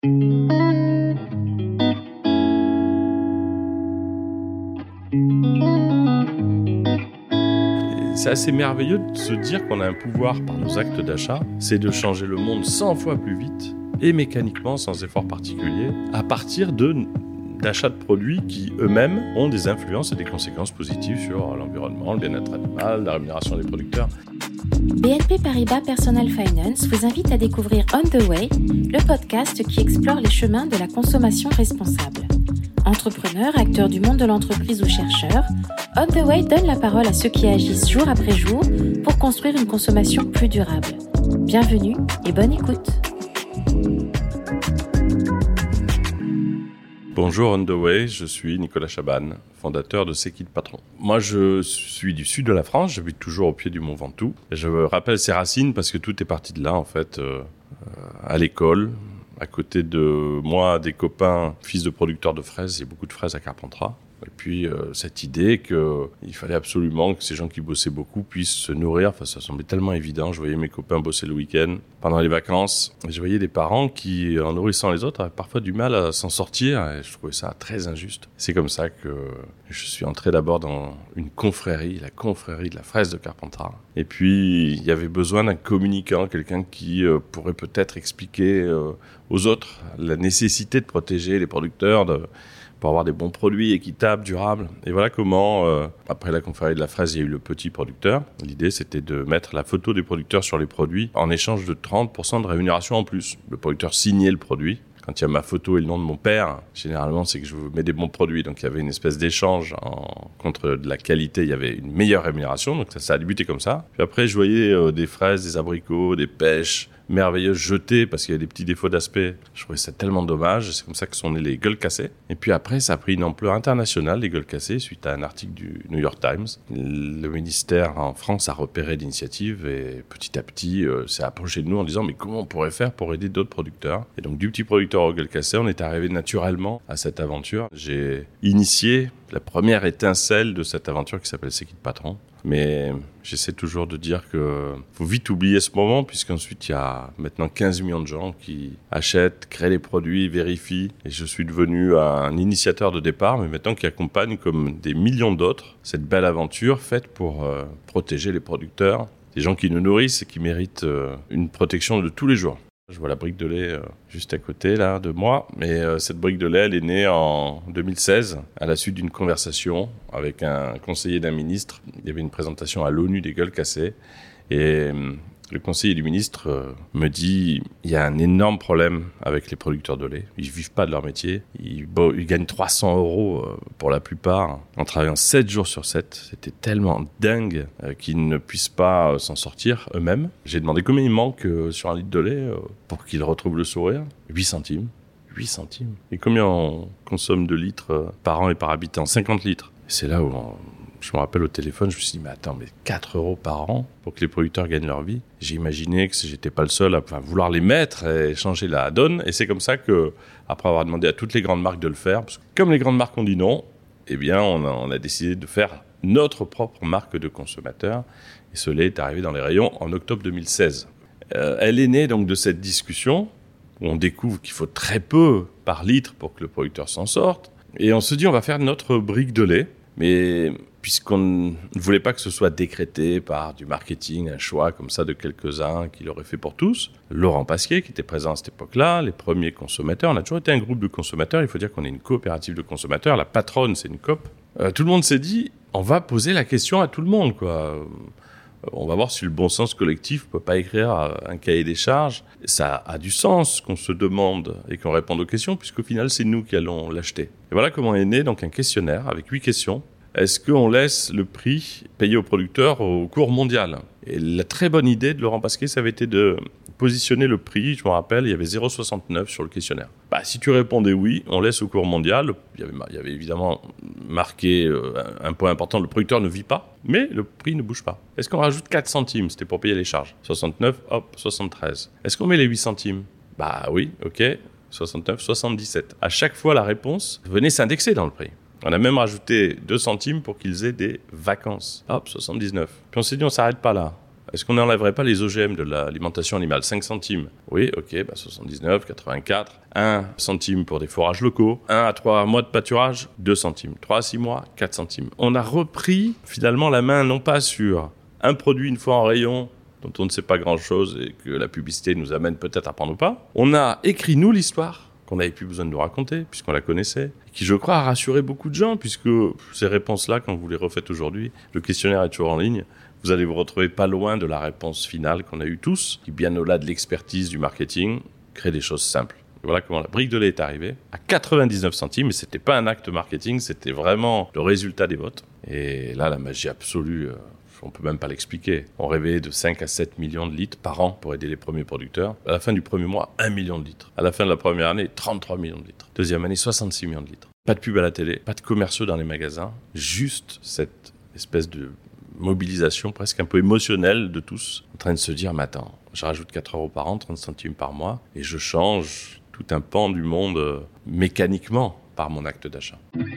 C'est assez merveilleux de se dire qu'on a un pouvoir par nos actes d'achat, c'est de changer le monde 100 fois plus vite et mécaniquement, sans effort particulier, à partir d'achats de produits qui eux-mêmes ont des influences et des conséquences positives sur l'environnement, le bien-être animal, la rémunération des producteurs. BNP Paribas Personal Finance vous invite à découvrir On the Way, le podcast qui explore les chemins de la consommation responsable. Entrepreneurs, acteurs du monde de l'entreprise ou chercheurs, On the Way donne la parole à ceux qui agissent jour après jour pour construire une consommation plus durable. Bienvenue et bonne écoute. Bonjour On the Way, je suis Nicolas Chaban, fondateur de C'est qui le patron. Moi je suis du sud de la France, j'habite toujours au pied du Mont Ventoux. Et je rappelle ces racines parce que tout est parti de là en fait, à l'école. À côté de moi, des copains, fils de producteurs de fraises, il y a beaucoup de fraises à Carpentras. Et puis cette idée qu'il fallait absolument que ces gens qui bossaient beaucoup puissent se nourrir. Enfin, ça semblait tellement évident. Je voyais mes copains bosser le week-end, pendant les vacances. Et je voyais des parents qui, en nourrissant les autres, avaient parfois du mal à s'en sortir. Et je trouvais ça très injuste. C'est comme ça que je suis entré d'abord dans une confrérie, la confrérie de la fraise de Carpentras. Et puis, il y avait besoin d'un communicant, quelqu'un qui pourrait peut-être expliquer aux autres la nécessité de protéger les producteurs pour avoir des bons produits équitables, durables. Et voilà comment, après la confrérie de la fraise, il y a eu le petit producteur. L'idée, c'était de mettre la photo des producteurs sur les produits en échange de 30% de rémunération en plus. Le producteur signait le produit. Quand il y a ma photo et le nom de mon père, généralement, c'est que je mets des bons produits. Donc, il y avait une espèce d'échange contre de la qualité. Il y avait une meilleure rémunération. Donc, ça a débuté comme ça. Puis après, je voyais des fraises, des abricots, des pêches merveilleuses jetées parce qu'il y a des petits défauts d'aspect. Je trouvais ça tellement dommage. C'est comme ça que sont nées les gueules cassées. Et puis après, ça a pris une ampleur internationale, les gueules cassées, suite à un article du New York Times. Le ministère en France a repéré l'initiative et petit à petit, s'est approché de nous en disant « Mais comment on pourrait faire pour aider d'autres producteurs ?» Et donc, du petit producteur aux gueules cassées, on est arrivé naturellement à cette aventure. J'ai initié la première étincelle de cette aventure qui s'appelle C'est qui le patron. Mais j'essaie toujours de dire que faut vite oublier ce moment puisqu'ensuite il y a maintenant 15 millions de gens qui achètent, créent les produits, vérifient. Et je suis devenu un initiateur de départ, mais maintenant qui accompagne comme des millions d'autres cette belle aventure faite pour protéger les producteurs, des gens qui nous nourrissent et qui méritent une protection de tous les jours. Je vois la brique de lait juste à côté là de moi, mais cette brique de lait elle est née en 2016 à la suite d'une conversation avec un conseiller d'un ministre. Il y avait une présentation à l'ONU des gueules cassées et le conseiller du ministre me dit il y a un énorme problème avec les producteurs de lait. Ils vivent pas de leur métier. Ils gagnent 300 € pour la plupart en travaillant 7 jours sur 7. C'était tellement dingue qu'ils ne puissent pas s'en sortir eux-mêmes. J'ai demandé combien il manque sur un litre de lait pour qu'ils retrouvent le sourire. 8 centimes. 8 centimes. Et combien on consomme de litres par an et par habitant ? 50 litres. Et c'est là où je me rappelle au téléphone, je me suis dit, mais attends, 4 € par an pour que les producteurs gagnent leur vie. J'ai imaginé que j'étais pas le seul à vouloir les mettre et changer la donne. Et c'est comme ça que, après avoir demandé à toutes les grandes marques de le faire, parce que comme les grandes marques ont dit non, eh bien, on a décidé de faire notre propre marque de consommateur. Et ce lait est arrivé dans les rayons en octobre 2016. Elle est née donc de cette discussion où on découvre qu'il faut très peu par litre pour que le producteur s'en sorte. Et on se dit, on va faire notre brique de lait. Mais puisqu'on ne voulait pas que ce soit décrété par du marketing, un choix comme ça de quelques-uns qui l'auraient fait pour tous, Laurent Pasquier, qui était présent à cette époque-là, les premiers consommateurs, on a toujours été un groupe de consommateurs, il faut dire qu'on est une coopérative de consommateurs, la patronne c'est une coop. Tout le monde s'est dit, on va poser la question à tout le monde, quoi. On va voir si le bon sens collectif ne peut pas écrire un cahier des charges. Ça a du sens qu'on se demande et qu'on réponde aux questions, puisqu'au final, c'est nous qui allons l'acheter. Et voilà comment est né donc un questionnaire avec 8 questions. Est-ce qu'on laisse le prix payé au producteur au cours mondial ? Et la très bonne idée de Laurent Pasquier, ça avait été de positionner le prix. Je me rappelle, il y avait 0,69 sur le questionnaire. Si tu répondais oui, on laisse au cours mondial. Il y avait évidemment marqué un point important, le producteur ne vit pas, mais le prix ne bouge pas. Est-ce qu'on rajoute 4 centimes ? C'était pour payer les charges. 69, hop, 73. Est-ce qu'on met les 8 centimes ? Oui, ok, 69, 77. À chaque fois, la réponse venait s'indexer dans le prix. On a même rajouté 2 centimes pour qu'ils aient des vacances. Hop, 79. Puis on s'est dit, on ne s'arrête pas là. Est-ce qu'on n'enlèverait pas les OGM de l'alimentation animale? 5 centimes. Oui, ok, 79, 84. 1 centime pour des fourrages locaux. 1 à 3 mois de pâturage, 2 centimes. 3 à 6 mois, 4 centimes. On a repris finalement la main, non pas sur un produit une fois en rayon, dont on ne sait pas grand-chose et que la publicité nous amène peut-être à prendre ou pas. On a écrit, nous, l'histoire qu'on n'avait plus besoin de nous raconter, puisqu'on la connaissait, qui, je crois, a rassuré beaucoup de gens, puisque ces réponses-là, quand vous les refaites aujourd'hui, le questionnaire est toujours en ligne, vous allez vous retrouver pas loin de la réponse finale qu'on a eue tous, qui, bien au-delà de l'expertise du marketing, crée des choses simples. Et voilà comment la brique de lait est arrivée, à 99 centimes, et c'était pas un acte marketing, c'était vraiment le résultat des votes. Et là, la magie absolue... on ne peut même pas l'expliquer. On rêvait de 5 à 7 millions de litres par an pour aider les premiers producteurs. À la fin du premier mois, 1 million de litres. À la fin de la première année, 33 millions de litres. Deuxième année, 66 millions de litres. Pas de pub à la télé, pas de commerciaux dans les magasins. Juste cette espèce de mobilisation presque un peu émotionnelle de tous, en train de se dire, mais attends, je rajoute 4 € par an, 30 centimes par mois, et je change tout un pan du monde mécaniquement par mon acte d'achat.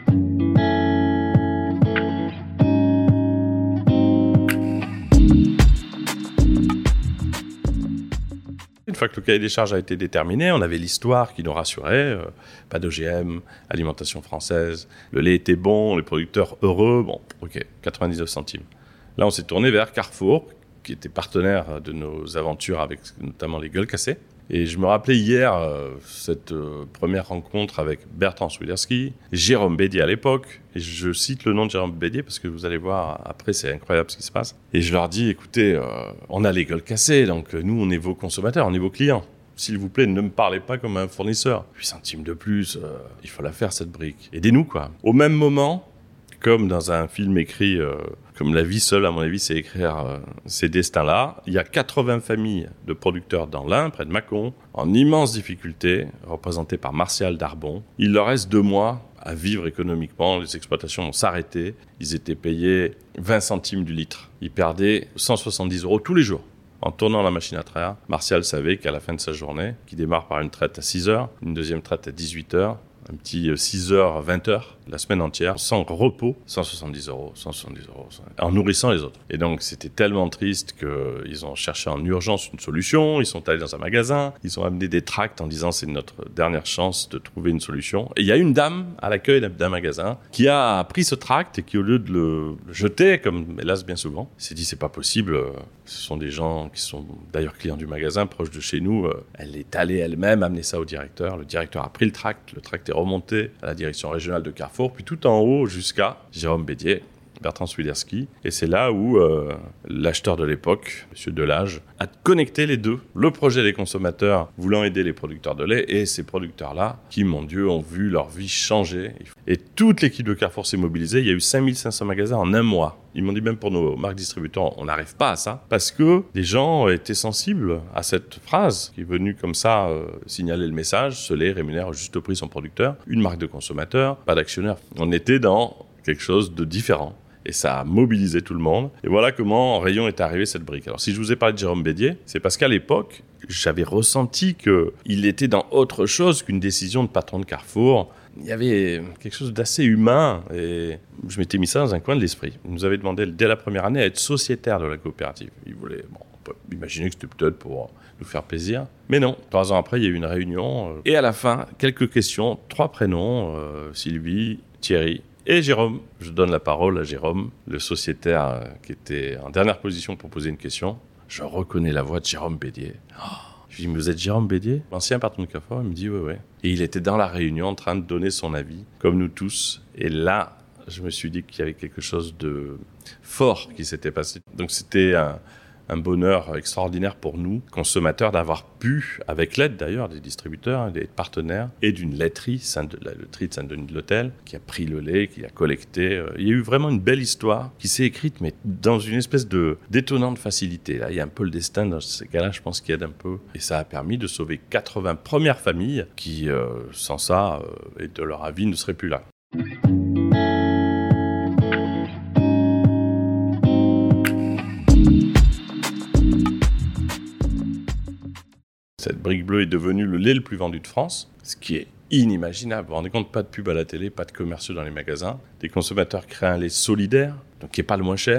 Une fois que le cahier des charges a été déterminé, on avait l'histoire qui nous rassurait. Pas d'OGM, alimentation française, le lait était bon, les producteurs heureux. Bon, ok, 99 centimes. Là, on s'est tourné vers Carrefour, qui était partenaire de nos aventures avec notamment les gueules cassées. Et je me rappelais hier cette première rencontre avec Bertrand Swiderski, Jérôme Bédier à l'époque. Et je cite le nom de Jérôme Bédier parce que vous allez voir, après c'est incroyable ce qui se passe. Et je leur dis, écoutez, on a les gueules cassées, donc nous on est vos consommateurs, on est vos clients. S'il vous plaît, ne me parlez pas comme un fournisseur. 8 centimes de plus, il faut la faire cette brique. Aidez-nous quoi. Au même moment, comme dans un film écrit... comme la vie seule, à mon avis, c'est écrire ces destins-là. Il y a 80 familles de producteurs dans l'Ain, près de Mâcon, en immense difficulté, représentées par Martial Darbon. Il leur reste 2 mois à vivre économiquement. Les exploitations vont s'arrêter. Ils étaient payés 20 centimes du litre. Ils perdaient 170 € tous les jours. En tournant la machine à traire, Martial savait qu'à la fin de sa journée, qui démarre par une traite à 6 heures, une deuxième traite à 18 heures, un petit 6 heures, 20 heures, la semaine entière, sans repos, 170 €, 170 €, en nourrissant les autres. Et donc, c'était tellement triste qu'ils ont cherché en urgence une solution, ils sont allés dans un magasin, ils ont amené des tracts en disant c'est notre dernière chance de trouver une solution. Et il y a une dame à l'accueil d'un magasin qui a pris ce tract et qui, au lieu de le jeter, comme hélas bien souvent, s'est dit c'est pas possible, ce sont des gens qui sont d'ailleurs clients du magasin, proches de chez nous. Elle est allée elle-même amener ça au directeur. Le directeur a pris le tract est remonté à la direction régionale de Carrefour, puis tout en haut jusqu'à Jérôme Bédier, Bertrand Swiderski. Et c'est là où l'acheteur de l'époque, M. Delage, a connecté les deux. Le projet des consommateurs voulant aider les producteurs de lait et ces producteurs-là qui, mon Dieu, ont vu leur vie changer. Et toute l'équipe de Carrefour s'est mobilisée. Il y a eu 5500 magasins en un mois. Ils m'ont dit même pour nos marques distributeurs, on n'arrive pas à ça. Parce que les gens étaient sensibles à cette phrase qui est venue comme ça signaler le message. Ce lait rémunère au juste prix son producteur. Une marque de consommateur, pas d'actionnaire. On était dans quelque chose de différent. Et ça a mobilisé tout le monde. Et voilà comment en rayon est arrivée cette brique. Alors si je vous ai parlé de Jérôme Bédier, c'est parce qu'à l'époque, j'avais ressenti qu'il était dans autre chose qu'une décision de patron de Carrefour. Il y avait quelque chose d'assez humain et je m'étais mis ça dans un coin de l'esprit. Il nous avait demandé dès la première année à être sociétaire de la coopérative. Il voulait, on peut imaginer que c'était peut-être pour nous faire plaisir. Mais non, 3 ans après, il y a eu une réunion. Et à la fin, quelques questions, 3 prénoms, Sylvie, Thierry et Jérôme. Je donne la parole à Jérôme, le sociétaire qui était en dernière position pour poser une question. Je reconnais la voix de Jérôme Bédier. Je lui dis, mais vous êtes Jérôme Bédier, l'ancien patron de Carrefour? Il me dit, oui. Et il était dans la réunion en train de donner son avis, comme nous tous. Et là, je me suis dit qu'il y avait quelque chose de fort qui s'était passé. Donc c'était un bonheur extraordinaire pour nous, consommateurs, d'avoir pu, avec l'aide d'ailleurs des distributeurs, des partenaires, et d'une laiterie, la laiterie de Saint-Denis-de-l'Hôtel, qui a pris le lait, qui l'a collecté. Il y a eu vraiment une belle histoire qui s'est écrite, mais dans une espèce d'étonnante facilité. Là, il y a un peu le destin dans ces cas-là, je pense, qui aide un peu. Et ça a permis de sauver 80 premières familles qui, sans ça, et de leur avis, ne seraient plus là. Cette brique bleue est devenue le lait le plus vendu de France, ce qui est inimaginable. Vous vous rendez compte, pas de pub à la télé, pas de commerciaux dans les magasins. Des consommateurs créent un lait solidaire, donc qui n'est pas le moins cher,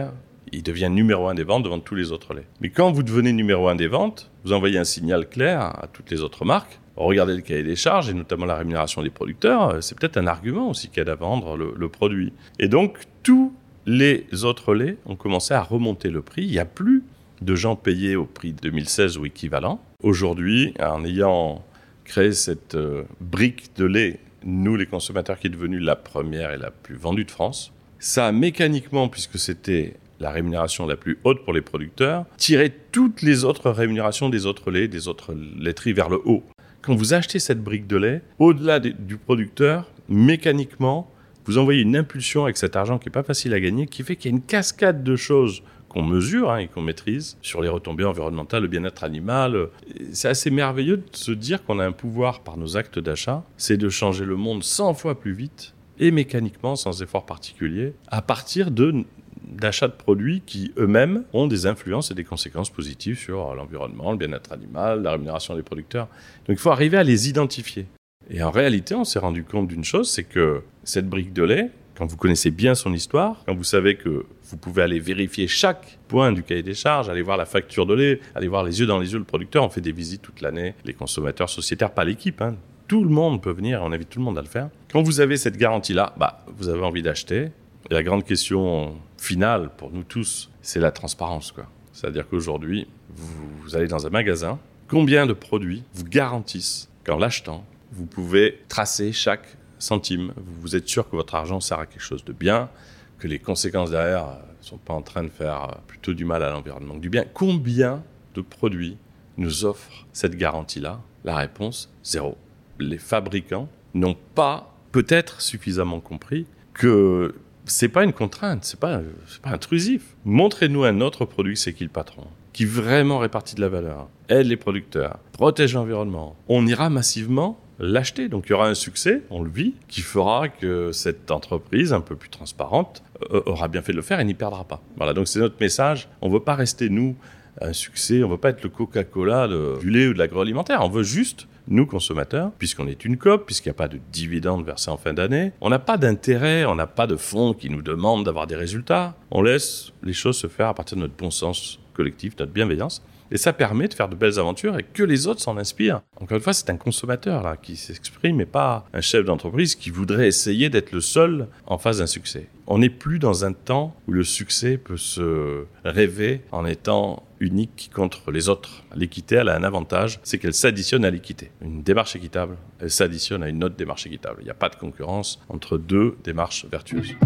il devient numéro 1 des ventes devant tous les autres laits. Mais quand vous devenez numéro 1 des ventes, vous envoyez un signal clair à toutes les autres marques. Regardez le cahier des charges et notamment la rémunération des producteurs, c'est peut-être un argument aussi qui aide à vendre le produit. Et donc, tous les autres laits ont commencé à remonter le prix. Il n'y a plus de gens payés au prix 2016 ou équivalent. Aujourd'hui, en ayant créé cette brique de lait, nous les consommateurs, qui est devenue la première et la plus vendue de France, ça a mécaniquement, puisque c'était la rémunération la plus haute pour les producteurs, tiré toutes les autres rémunérations des autres laits, des autres laiteries vers le haut. Quand vous achetez cette brique de lait, au-delà du producteur, mécaniquement, vous envoyez une impulsion avec cet argent qui n'est pas facile à gagner, qui fait qu'il y a une cascade de choses qu'on mesure et qu'on maîtrise sur les retombées environnementales, le bien-être animal. C'est assez merveilleux de se dire qu'on a un pouvoir par nos actes d'achat, c'est de changer le monde 100 fois plus vite et mécaniquement, sans effort particulier, à partir d'achats de produits qui eux-mêmes ont des influences et des conséquences positives sur l'environnement, le bien-être animal, la rémunération des producteurs. Donc il faut arriver à les identifier. Et en réalité, on s'est rendu compte d'une chose, c'est que cette brique de lait, quand vous connaissez bien son histoire, quand vous savez que vous pouvez aller vérifier chaque point du cahier des charges, aller voir la facture de lait, aller voir les yeux dans les yeux le producteur, on fait des visites toute l'année, les consommateurs sociétaires, pas l'équipe, tout le monde peut venir, on invite tout le monde à le faire. Quand vous avez cette garantie-là, vous avez envie d'acheter. Et la grande question finale pour nous tous, c'est la transparence, C'est-à-dire qu'aujourd'hui, vous allez dans un magasin, combien de produits vous garantissent qu'en l'achetant, vous pouvez tracer chaque centime, vous êtes sûr que votre argent sert à quelque chose de bien, que les conséquences derrière ne sont pas en train de faire plutôt du mal à l'environnement que du bien. Combien de produits nous offrent cette garantie-là ? La réponse, 0. Les fabricants n'ont pas peut-être suffisamment compris que c'est pas une contrainte, c'est pas intrusif. Montrez-nous un autre produit, c'est qui le patron, qui vraiment répartit de la valeur, aide les producteurs, protège l'environnement. On ira massivement l'acheter. Donc il y aura un succès, on le vit, qui fera que cette entreprise un peu plus transparente aura bien fait de le faire et n'y perdra pas. Voilà, donc c'est notre message. On ne veut pas rester, nous, un succès, on ne veut pas être le Coca-Cola du lait ou de l'agroalimentaire. On veut juste, nous, consommateurs, puisqu'on est une coop, puisqu'il n'y a pas de dividendes versés en fin d'année, on n'a pas d'intérêt, on n'a pas de fonds qui nous demandent d'avoir des résultats. On laisse les choses se faire à partir de notre bon sens collectif, notre bienveillance. Et ça permet de faire de belles aventures et que les autres s'en inspirent. Encore une fois, c'est un consommateur là qui s'exprime et pas un chef d'entreprise qui voudrait essayer d'être le seul en face d'un succès. On n'est plus dans un temps où le succès peut se rêver en étant unique contre les autres. L'équité, elle a un avantage, c'est qu'elle s'additionne à l'équité. Une démarche équitable, elle s'additionne à une autre démarche équitable. Il n'y a pas de concurrence entre deux démarches vertueuses.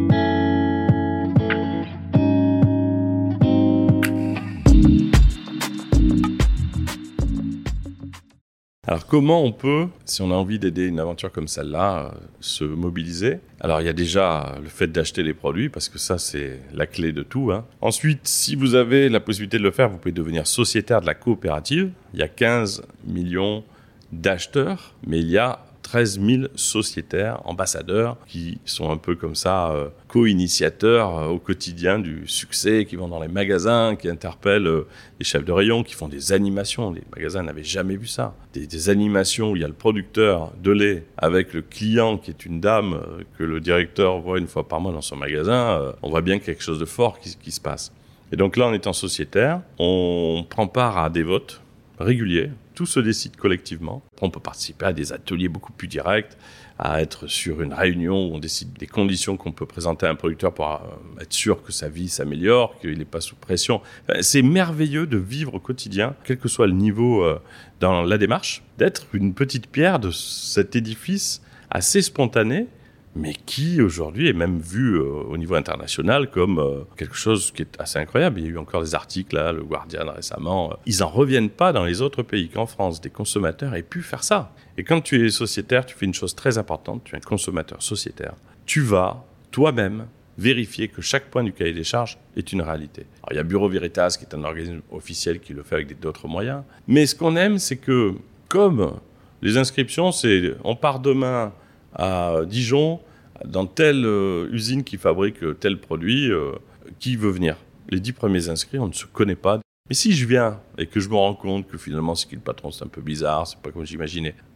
Alors comment on peut, si on a envie d'aider une aventure comme celle-là, se mobiliser ? Alors il y a déjà le fait d'acheter les produits, parce que ça c'est la clé de tout. Ensuite, si vous avez la possibilité de le faire, vous pouvez devenir sociétaire de la coopérative. Il y a 15 millions d'acheteurs, mais il y a 13 000 sociétaires, ambassadeurs, qui sont un peu comme ça, co-initiateurs au quotidien du succès, qui vont dans les magasins, qui interpellent les chefs de rayon, qui font des animations. Les magasins n'avaient jamais vu ça. Des animations où il y a le producteur de lait avec le client, qui est une dame que le directeur voit une fois par mois dans son magasin. On voit bien quelque chose de fort qui se passe. Et donc là, en étant sociétaire, on prend part à des votes réguliers. Tout se décide collectivement. On peut participer à des ateliers beaucoup plus directs, à être sur une réunion où on décide des conditions qu'on peut présenter à un producteur pour être sûr que sa vie s'améliore, qu'il n'est pas sous pression. C'est merveilleux de vivre au quotidien, quel que soit le niveau dans la démarche, d'être une petite pierre de cet édifice assez spontané, mais qui aujourd'hui est même vu au niveau international comme quelque chose qui est assez incroyable. Il y a eu encore des articles, là, le Guardian récemment. Ils n'en reviennent pas dans les autres pays qu'en France, des consommateurs aient pu faire ça. Et quand tu es sociétaire, tu fais une chose très importante, tu es un consommateur sociétaire. Tu vas toi-même vérifier que chaque point du cahier des charges est une réalité. Alors, il y a Bureau Veritas, qui est un organisme officiel qui le fait avec d'autres moyens. Mais ce qu'on aime, c'est que, comme les inscriptions, c'est on part demain à Dijon, dans telle usine qui fabrique tel produit, qui veut venir ? Les 10 premiers inscrits, on ne se connaît pas. Mais si je viens et que je me rends compte que finalement, c'est qui le patron, c'est un peu bizarre, c'est pas comme j'imaginais,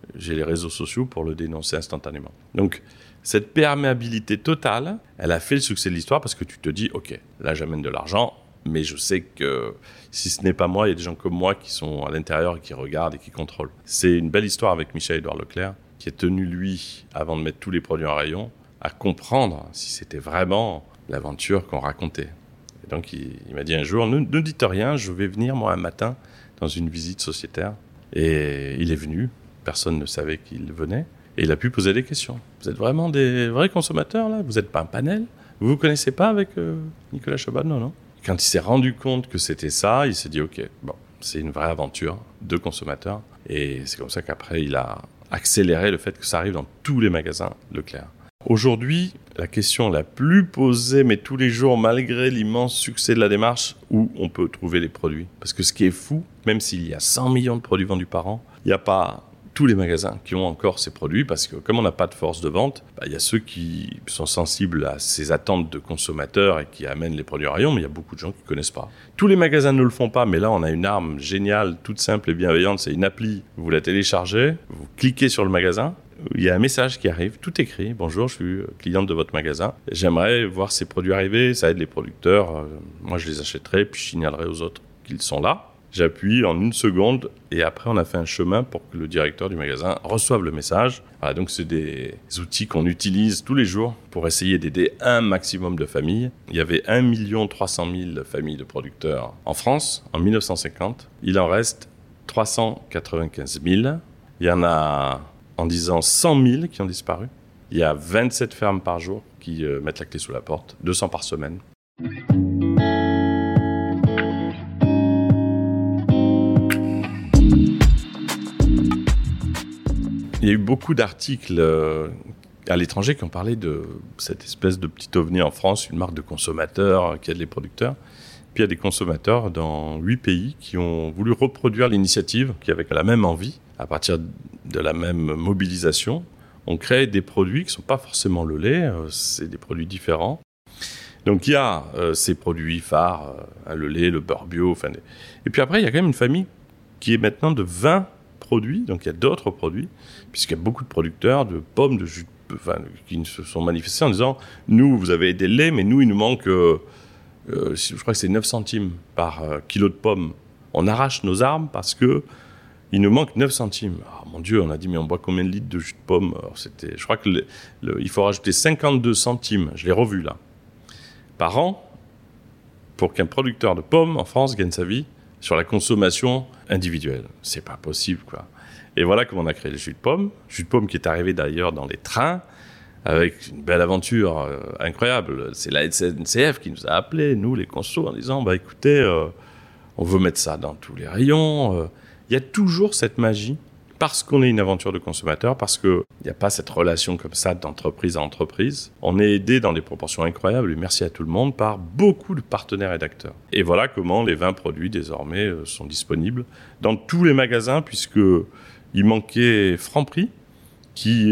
j'ai les réseaux sociaux pour le dénoncer instantanément. Donc, cette perméabilité totale, elle a fait le succès de l'histoire parce que tu te dis, ok, là j'amène de l'argent, mais je sais que si ce n'est pas moi, il y a des gens comme moi qui sont à l'intérieur et qui regardent et qui contrôlent. C'est une belle histoire avec Michel-Édouard Leclerc, qui est tenu, lui, avant de mettre tous les produits en rayon, à comprendre si c'était vraiment l'aventure qu'on racontait. Et donc, il m'a dit un jour, ne dites rien, je vais venir, moi, un matin, dans une visite sociétaire. Et il est venu, personne ne savait qu'il venait, et il a pu poser des questions. Vous êtes vraiment des vrais consommateurs, là ? Vous n'êtes pas un panel ? Vous ne vous connaissez pas avec Nicolas Chabanne ? Non. Quand il s'est rendu compte que c'était ça, il s'est dit, ok, bon, c'est une vraie aventure de consommateur. Et c'est comme ça qu'après, il a accéléré le fait que ça arrive dans tous les magasins Leclerc. Aujourd'hui, la question la plus posée, mais tous les jours, malgré l'immense succès de la démarche, où on peut trouver les produits. Parce que ce qui est fou, même s'il y a 100 millions de produits vendus par an, il n'y a pas tous les magasins qui ont encore ces produits, parce que comme on n'a pas de force de vente, il y a ceux qui sont sensibles à ces attentes de consommateurs et qui amènent les produits en rayon, mais il y a beaucoup de gens qui ne connaissent pas. Tous les magasins ne le font pas, mais là on a une arme géniale, toute simple et bienveillante, c'est une appli. Vous la téléchargez, vous cliquez sur le magasin, il y a un message qui arrive, tout écrit. Bonjour, je suis cliente de votre magasin. J'aimerais voir ces produits arriver, ça aide les producteurs. Moi, je les achèterai, puis je signalerai aux autres qu'ils sont là. J'appuie en 1 seconde et après, on a fait un chemin pour que le directeur du magasin reçoive le message. Voilà, donc, c'est des outils qu'on utilise tous les jours pour essayer d'aider un maximum de familles. Il y avait 1 300 000 familles de producteurs en France en 1950. Il en reste 395 000. Il y en a, en disant 100 000 qui ont disparu. Il y a 27 fermes par jour qui mettent la clé sous la porte, 200 par semaine. Il y a eu beaucoup d'articles à l'étranger qui ont parlé de cette espèce de petit ovni en France, une marque de consommateurs qui aide les producteurs. Puis il y a des consommateurs dans 8 pays qui ont voulu reproduire l'initiative, qui avec la même envie, à partir de la même mobilisation, on crée des produits qui ne sont pas forcément le lait, c'est des produits différents. Donc il y a ces produits phares, le lait, le beurre bio, et puis après il y a quand même une famille qui est maintenant de 20 produits, donc il y a d'autres produits, puisqu'il y a beaucoup de producteurs de pommes, de jus, qui se sont manifestés en disant « Nous, vous avez aidé le lait, mais nous, il nous manque, je crois que c'est 9 centimes par kilo de pommes. On arrache nos armes parce que il nous manque 9 centimes. Ah, mon Dieu, on a dit, mais on boit combien de litres de jus de pomme ? Alors, je crois que il faut rajouter 52 centimes, je l'ai revu là, par an, pour qu'un producteur de pommes en France gagne sa vie sur la consommation individuelle. C'est pas possible, quoi. Et voilà comment on a créé le jus de pomme qui est arrivé d'ailleurs dans les trains, avec une belle aventure incroyable. C'est la SNCF qui nous a appelés, nous les consos, en disant, écoutez, on veut mettre ça dans tous les rayons. Il y a toujours cette magie, parce qu'on est une aventure de consommateur, parce qu'il n'y a pas cette relation comme ça d'entreprise à entreprise. On est aidé dans des proportions incroyables, et merci à tout le monde, par beaucoup de partenaires et d'acteurs. Et voilà comment les 20 produits, désormais, sont disponibles dans tous les magasins, puisqu'il manquait Franprix, qui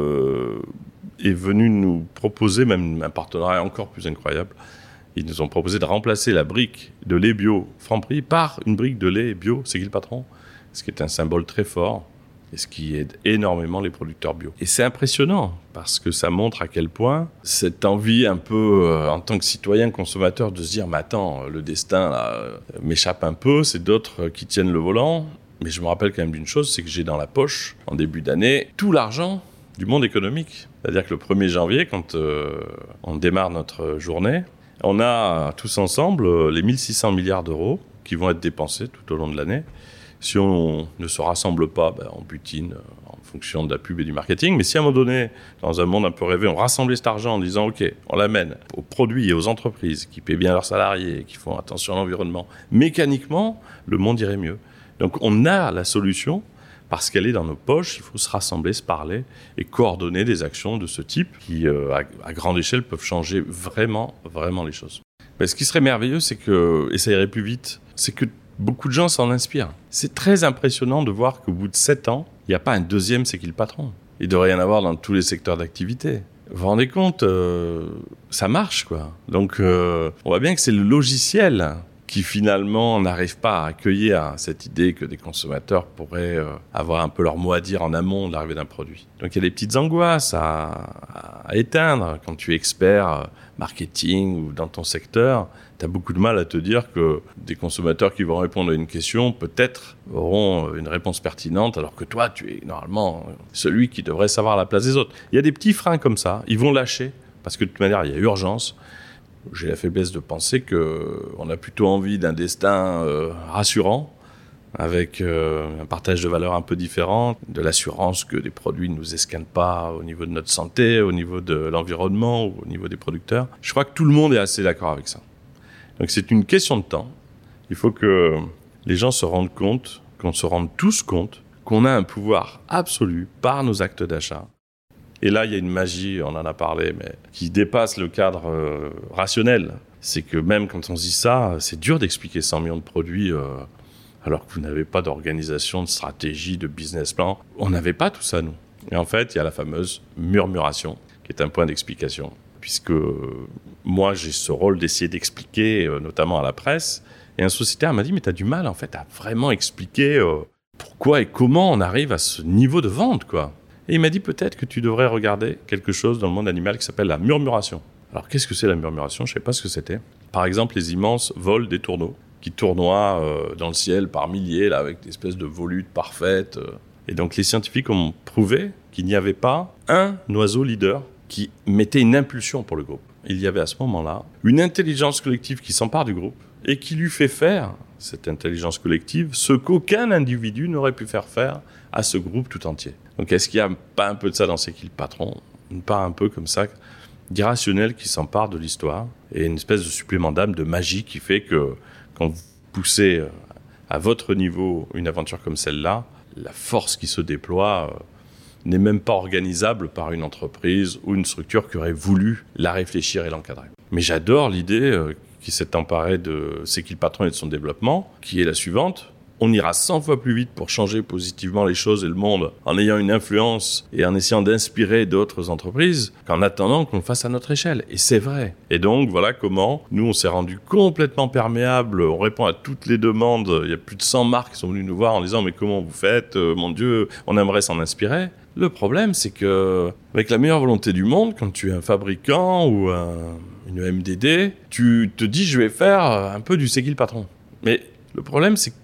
est venu nous proposer même un partenariat encore plus incroyable. Ils nous ont proposé de remplacer la brique de lait bio Franprix par une brique de lait bio C'est qui le patron ? Ce qui est un symbole très fort et ce qui aide énormément les producteurs bio. Et c'est impressionnant parce que ça montre à quel point cette envie un peu, en tant que citoyen consommateur, de se dire « mais attends, le destin là, m'échappe un peu, c'est d'autres qui tiennent le volant ». Mais je me rappelle quand même d'une chose, c'est que j'ai dans la poche, en début d'année, tout l'argent du monde économique. C'est-à-dire que le 1er janvier, quand on démarre notre journée, on a tous ensemble les 1600 milliards d'euros qui vont être dépensés tout au long de l'année. Si on ne se rassemble pas, on butine en fonction de la pub et du marketing. Mais si à un moment donné, dans un monde un peu rêvé, on rassemblait cet argent en disant « Ok, on l'amène aux produits et aux entreprises qui paient bien leurs salariés, qui font attention à l'environnement », mécaniquement, le monde irait mieux. Donc on a la solution parce qu'elle est dans nos poches. Il faut se rassembler, se parler et coordonner des actions de ce type qui, à grande échelle, peuvent changer vraiment, vraiment les choses. Mais ce qui serait merveilleux, c'est que, et ça irait plus vite, c'est que beaucoup de gens s'en inspirent. C'est très impressionnant de voir qu'au bout de 7 ans, il n'y a pas un deuxième C'est qui le patron. Il devrait y en avoir dans tous les secteurs d'activité. Vous vous rendez compte, ça marche, quoi. Donc, on voit bien que c'est le logiciel qui finalement n'arrivent pas à accueillir cette idée que des consommateurs pourraient avoir un peu leur mot à dire en amont de l'arrivée d'un produit. Donc il y a des petites angoisses à éteindre. Quand tu es expert marketing ou dans ton secteur, tu as beaucoup de mal à te dire que des consommateurs qui vont répondre à une question peut-être auront une réponse pertinente alors que toi, tu es normalement celui qui devrait savoir à la place des autres. Il y a des petits freins comme ça, ils vont lâcher parce que de toute manière, il y a urgence. J'ai la faiblesse de penser qu'on a plutôt envie d'un destin rassurant, avec un partage de valeurs un peu différent, de l'assurance que les produits ne nous escanent pas au niveau de notre santé, au niveau de l'environnement ou au niveau des producteurs. Je crois que tout le monde est assez d'accord avec ça. Donc c'est une question de temps. Il faut que les gens se rendent compte, qu'on se rende tous compte, qu'on a un pouvoir absolu par nos actes d'achat. Et là, il y a une magie, on en a parlé, mais qui dépasse le cadre rationnel. C'est que même quand on se dit ça, c'est dur d'expliquer 100 millions de produits alors que vous n'avez pas d'organisation, de stratégie, de business plan. On n'avait pas tout ça, nous. Et en fait, il y a la fameuse murmuration, qui est un point d'explication. Puisque moi, j'ai ce rôle d'essayer d'expliquer, notamment à la presse. Et un sociétaire m'a dit, mais tu as du mal, en fait, à vraiment expliquer pourquoi et comment on arrive à ce niveau de vente, quoi. Et il m'a dit peut-être que tu devrais regarder quelque chose dans le monde animal qui s'appelle la murmuration. Alors qu'est-ce que c'est la murmuration ? Je ne sais pas ce que c'était. Par exemple, les immenses vols des tourneaux qui tournoient dans le ciel par milliers, là, avec des espèces de volutes parfaites. Et donc les scientifiques ont prouvé qu'il n'y avait pas un oiseau leader qui mettait une impulsion pour le groupe. Il y avait à ce moment-là une intelligence collective qui s'empare du groupe et qui lui fait faire, cette intelligence collective, ce qu'aucun individu n'aurait pu faire à ce groupe tout entier. Donc est-ce qu'il n'y a pas un peu de ça dans C'est qui le patron ? Une part un peu comme ça, d'irrationnel qui s'empare de l'histoire, et une espèce de supplément d'âme, de magie qui fait que quand vous poussez à votre niveau une aventure comme celle-là, la force qui se déploie n'est même pas organisable par une entreprise ou une structure qui aurait voulu la réfléchir et l'encadrer. Mais j'adore l'idée qui s'est emparée de C'est qui le patron et de son développement, qui est la suivante. On ira 100 fois plus vite pour changer positivement les choses et le monde en ayant une influence et en essayant d'inspirer d'autres entreprises qu'en attendant qu'on le fasse à notre échelle. Et c'est vrai. Et donc, voilà comment nous, on s'est rendu complètement perméable. On répond à toutes les demandes. Il y a plus de 100 marques qui sont venues nous voir en disant « Mais comment vous faites ? Mon Dieu, on aimerait s'en inspirer. » Le problème, c'est que, avec la meilleure volonté du monde, quand tu es un fabricant ou une MDD, tu te dis « Je vais faire un peu du C'est qui le patron ?» Mais le problème, c'est que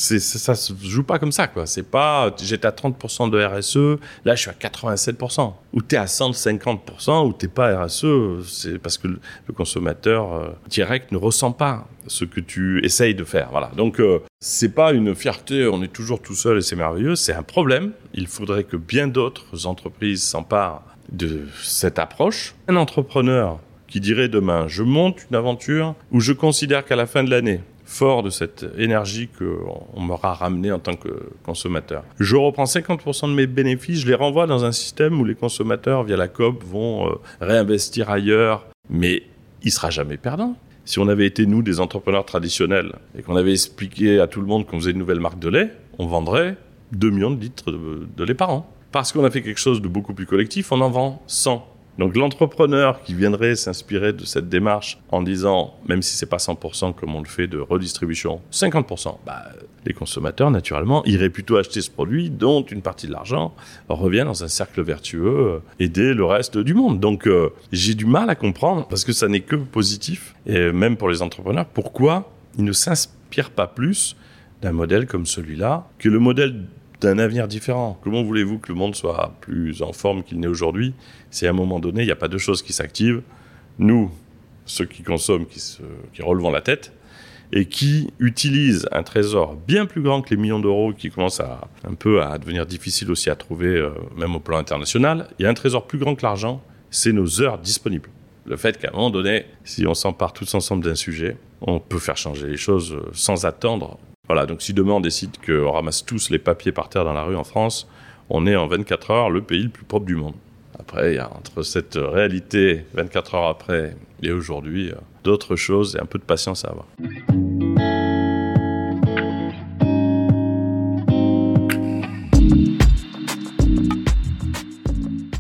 ça se joue pas comme ça, quoi. C'est pas, j'étais à 30% de RSE, là je suis à 87%. Ou t'es à 150%, ou t'es pas RSE, c'est parce que le consommateur direct ne ressent pas ce que tu essayes de faire. Voilà. Donc, c'est pas une fierté, on est toujours tout seul et c'est merveilleux, c'est un problème. Il faudrait que bien d'autres entreprises s'emparent de cette approche. Un entrepreneur qui dirait demain, je monte une aventure où je considère qu'à la fin de l'année, fort de cette énergie qu'on m'aura ramenée en tant que consommateur, je reprends 50% de mes bénéfices, je les renvoie dans un système où les consommateurs, via la COP, vont réinvestir ailleurs, mais il ne sera jamais perdant. Si on avait été, nous, des entrepreneurs traditionnels et qu'on avait expliqué à tout le monde qu'on faisait une nouvelle marque de lait, on vendrait 2 millions de litres de lait par an. Parce qu'on a fait quelque chose de beaucoup plus collectif, on en vend 100. Donc l'entrepreneur qui viendrait s'inspirer de cette démarche en disant, même si c'est pas 100% comme on le fait de redistribution, 50%, les consommateurs naturellement iraient plutôt acheter ce produit dont une partie de l'argent revient dans un cercle vertueux, aider le reste du monde. Donc j'ai du mal à comprendre, parce que ça n'est que positif, et même pour les entrepreneurs, pourquoi ils ne s'inspirent pas plus d'un modèle comme celui-là que le modèle d'un avenir différent. Comment voulez-vous que le monde soit plus en forme qu'il n'est aujourd'hui si à un moment donné, il n'y a pas deux choses qui s'activent ? Nous, ceux qui consomment, qui relevons la tête, et qui utilisent un trésor bien plus grand que les millions d'euros qui commencent à devenir difficile aussi à trouver, même au plan international. Il y a un trésor plus grand que l'argent, c'est nos heures disponibles. Le fait qu'à un moment donné, si on s'empare tous ensemble d'un sujet, on peut faire changer les choses sans attendre. Voilà, donc si demain on décide qu'on ramasse tous les papiers par terre dans la rue en France, on est en 24 heures le pays le plus propre du monde. Après, il y a entre cette réalité 24 heures après et aujourd'hui, d'autres choses et un peu de patience à avoir.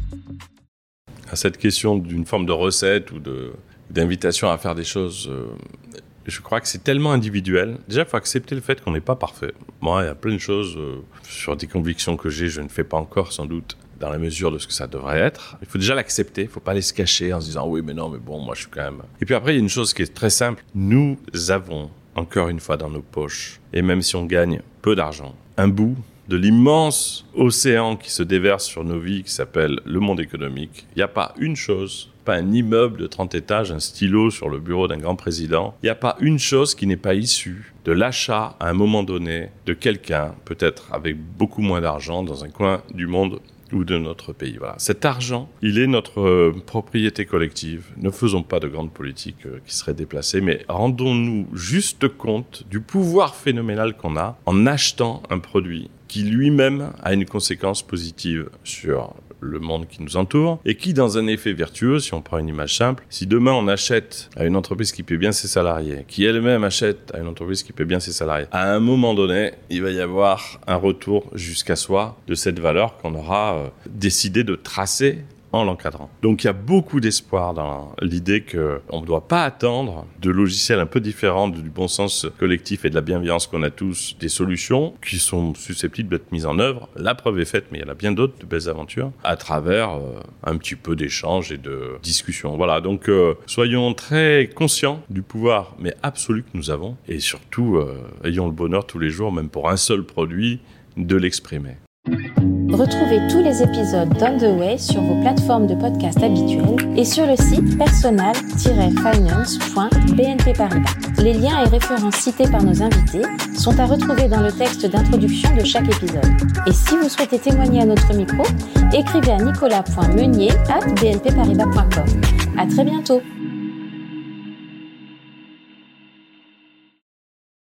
À cette question d'une forme de recette ou d'invitation à faire des choses, Je crois que c'est tellement individuel. Déjà, il faut accepter le fait qu'on n'est pas parfait. Moi, il y a plein de choses sur des convictions que j'ai, je ne fais pas encore sans doute dans la mesure de ce que ça devrait être. Il faut déjà l'accepter, il ne faut pas aller se cacher en se disant « oui, mais non, mais bon, moi je suis quand même… » Et puis après, il y a une chose qui est très simple. Nous avons, encore une fois dans nos poches, et même si on gagne peu d'argent, un bout de l'immense océan qui se déverse sur nos vies, qui s'appelle le monde économique. Il n'y a pas une chose, pas un immeuble de 30 étages, un stylo sur le bureau d'un grand président. Il n'y a pas une chose qui n'est pas issue de l'achat à un moment donné de quelqu'un, peut-être avec beaucoup moins d'argent, dans un coin du monde ou de notre pays. Voilà. Cet argent, il est notre propriété collective. Ne faisons pas de grandes politiques qui seraient déplacées, mais rendons-nous juste compte du pouvoir phénoménal qu'on a en achetant un produit qui lui-même a une conséquence positive sur le monde qui nous entoure et qui, dans un effet vertueux, si on prend une image simple, si demain on achète à une entreprise qui paie bien ses salariés, qui elle-même achète à une entreprise qui paie bien ses salariés, à un moment donné, il va y avoir un retour jusqu'à soi de cette valeur qu'on aura décidé de tracer en l'encadrant. Donc il y a beaucoup d'espoir dans l'idée qu'on ne doit pas attendre de logiciels un peu différents du bon sens collectif et de la bienveillance qu'on a tous, des solutions qui sont susceptibles d'être mises en œuvre. La preuve est faite, mais il y en a bien d'autres de belles aventures à travers un petit peu d'échanges et de discussions. Voilà, donc soyons très conscients du pouvoir, mais absolu que nous avons, et surtout ayons le bonheur tous les jours, même pour un seul produit, de l'exprimer. Retrouvez tous les épisodes d'On the Way sur vos plateformes de podcast habituelles et sur le site personal-finance.bnp Paribas. Les liens et références cités par nos invités sont à retrouver dans le texte d'introduction de chaque épisode. Et si vous souhaitez témoigner à notre micro, écrivez à nicolas.meunier@bnpparibas.com. À très bientôt.